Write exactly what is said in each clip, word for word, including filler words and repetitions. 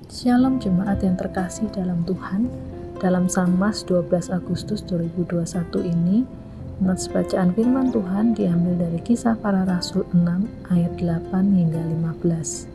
Shalom jemaat yang terkasih dalam Tuhan. Dalam Sammas dua belas Agustus dua ribu dua puluh satu ini, nats bacaan firman Tuhan diambil dari Kisah Para Rasul enam ayat delapan hingga lima belas.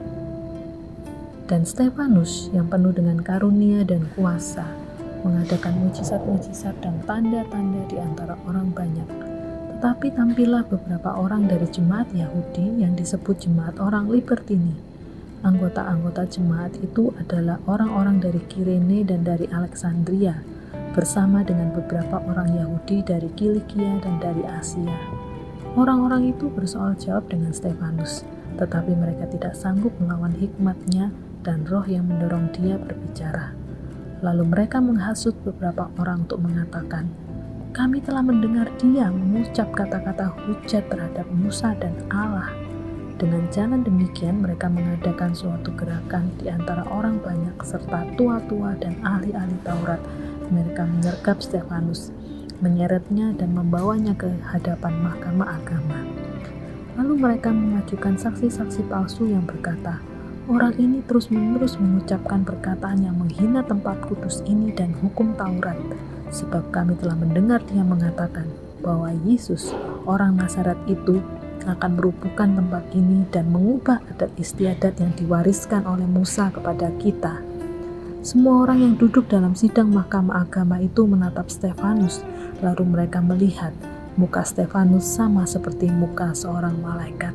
Dan Stefanus yang penuh dengan karunia dan kuasa mengadakan mujizat-mujizat dan tanda-tanda di antara orang banyak. Tetapi tampillah beberapa orang dari jemaat Yahudi yang disebut jemaat orang Libertini. Anggota-anggota jemaat itu adalah orang-orang dari Kirene dan dari Alexandria, bersama dengan beberapa orang Yahudi dari Kilikia dan dari Asia. Orang-orang itu bersoal jawab dengan Stefanus, tetapi mereka tidak sanggup melawan hikmatnya dan roh yang mendorong dia berbicara. Lalu mereka menghasut beberapa orang untuk mengatakan, "Kami telah mendengar dia mengucap kata-kata hujat terhadap Musa dan Allah." Dengan jalan demikian mereka mengadakan suatu gerakan di antara orang banyak serta tua-tua dan ahli-ahli Taurat. Mereka menyergap Stefanus, menyeretnya dan membawanya ke hadapan mahkamah agama. Lalu mereka mengajukan saksi-saksi palsu yang berkata, "Orang ini terus-menerus mengucapkan perkataan yang menghina tempat kudus ini dan hukum Taurat, sebab kami telah mendengar dia mengatakan bahwa Yesus, orang Nazaret itu, akan merubuhkan tempat ini dan mengubah adat istiadat yang diwariskan oleh Musa kepada kita." Semua orang yang duduk dalam sidang mahkamah agama itu menatap Stefanus, lalu mereka melihat muka Stefanus sama seperti muka seorang malaikat.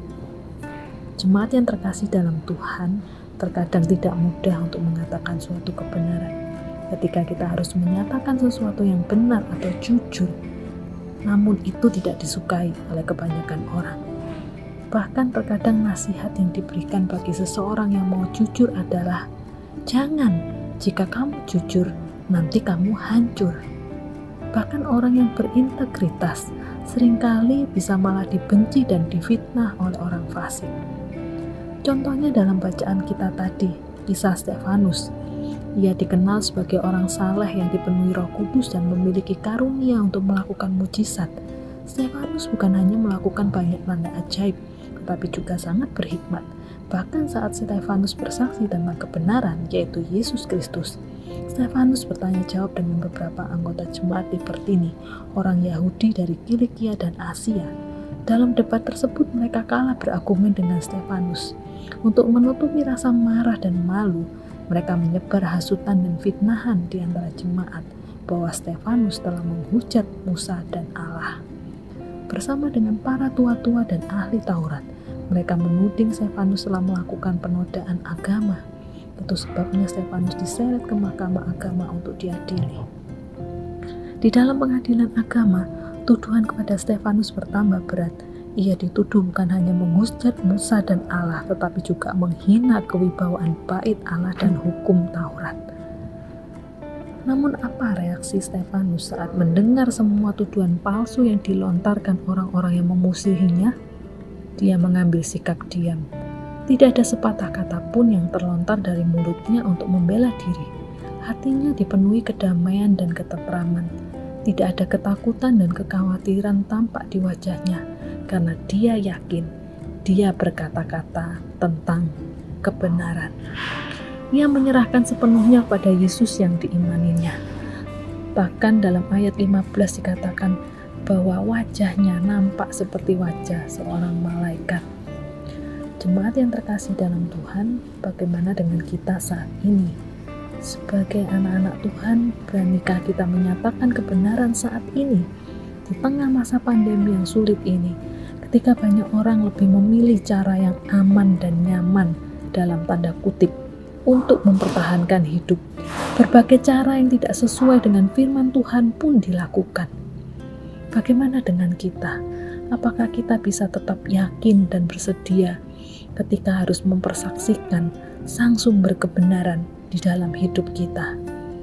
Jemaat yang terkasih dalam Tuhan, terkadang tidak mudah untuk mengatakan suatu kebenaran. Ketika kita harus menyatakan sesuatu yang benar atau jujur, namun itu tidak disukai oleh kebanyakan orang. Bahkan terkadang nasihat yang diberikan bagi seseorang yang mau jujur adalah, "Jangan, jika kamu jujur, nanti kamu hancur." Bahkan orang yang berintegritas seringkali bisa malah dibenci dan difitnah oleh orang fasik. Contohnya dalam bacaan kita tadi, kisah Stefanus. Ia dikenal sebagai orang saleh yang dipenuhi Roh Kudus dan memiliki karunia untuk melakukan mujizat. Stefanus bukan hanya melakukan banyak tanda ajaib, tetapi juga sangat berhikmat. Bahkan saat Stefanus bersaksi tentang kebenaran, yaitu Yesus Kristus, Stefanus bertanya jawab dengan beberapa anggota jemaat Libertini, orang Yahudi dari Kilikia dan Asia. Dalam debat tersebut mereka kalah berargumen dengan Stefanus. Untuk menutupi rasa marah dan malu, mereka menyebar hasutan dan fitnahan di antara jemaat bahwa Stefanus telah menghujat Musa dan Allah. Bersama dengan para tua-tua dan ahli Taurat, mereka menuding Stefanus telah melakukan penodaan agama. Itu sebabnya Stefanus diseret ke mahkamah agama untuk diadili. Di dalam pengadilan agama, tuduhan kepada Stefanus bertambah berat. Ia dituduh bukan hanya menghujat Musa dan Allah, tetapi juga menghina kewibawaan bait Allah dan hukum Taurat. Namun apa reaksi Stefanus saat mendengar semua tuduhan palsu yang dilontarkan orang-orang yang memusuhinya? Dia mengambil sikap diam. Tidak ada sepatah kata pun yang terlontar dari mulutnya untuk membela diri. Hatinya dipenuhi kedamaian dan ketentraman. Tidak ada ketakutan dan kekhawatiran tampak di wajahnya, karena dia yakin dia berkata-kata tentang kebenaran. Ia menyerahkan sepenuhnya pada Yesus yang diimaninya. Bahkan dalam ayat lima belas dikatakan bahwa wajahnya nampak seperti wajah seorang malaikat. Jemaat yang terkasih dalam Tuhan, bagaimana dengan kita saat ini? Sebagai anak-anak Tuhan, beranikah kita menyatakan kebenaran saat ini? Di tengah masa pandemi yang sulit ini, ketika banyak orang lebih memilih cara yang aman dan nyaman dalam tanda kutip untuk mempertahankan hidup, berbagai cara yang tidak sesuai dengan firman Tuhan pun dilakukan. Bagaimana dengan kita? Apakah kita bisa tetap yakin dan bersedia ketika harus mempersaksikan sang sumber kebenaran di dalam hidup kita?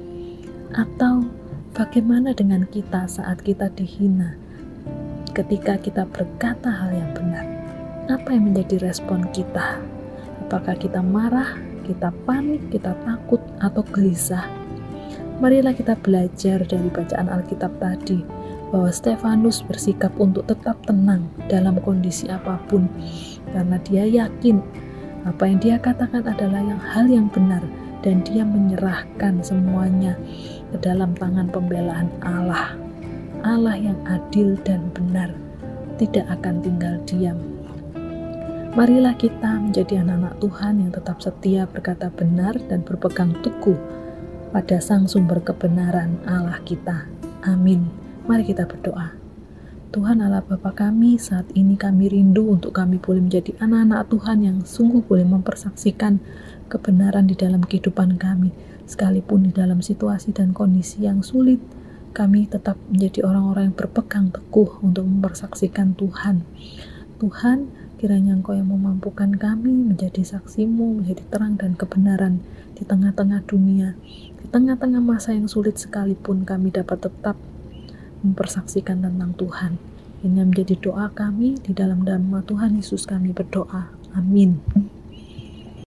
Atau bagaimana dengan kita saat kita dihina, ketika kita berkata hal yang benar? Apa yang menjadi respon kita? Apakah kita marah, kita panik, kita takut, atau gelisah? Marilah kita belajar dari bacaan Alkitab tadi, bahwa Stefanus bersikap untuk tetap tenang dalam kondisi apapun, karena dia yakin apa yang dia katakan adalah yang hal yang benar dan dia menyerahkan semuanya ke dalam tangan pembelaan Allah. Allah yang adil dan benar tidak akan tinggal diam. Marilah kita menjadi anak-anak Tuhan yang tetap setia berkata benar dan berpegang teguh pada Sang Sumber kebenaran Allah kita. Amin. Mari kita berdoa. Tuhan Allah Bapa kami, saat ini kami rindu untuk kami boleh menjadi anak-anak Tuhan yang sungguh boleh mempersaksikan kebenaran di dalam kehidupan kami. Sekalipun di dalam situasi dan kondisi yang sulit, kami tetap menjadi orang-orang yang berpegang teguh untuk mempersaksikan Tuhan. Tuhan, kiranya Engkau yang memampukan kami menjadi saksi-Mu, menjadi terang dan kebenaran di tengah-tengah dunia. Di tengah-tengah masa yang sulit sekalipun kami dapat tetap mempersaksikan tentang Tuhan. Ini menjadi doa kami, di dalam nama Tuhan Yesus kami berdoa. Amin.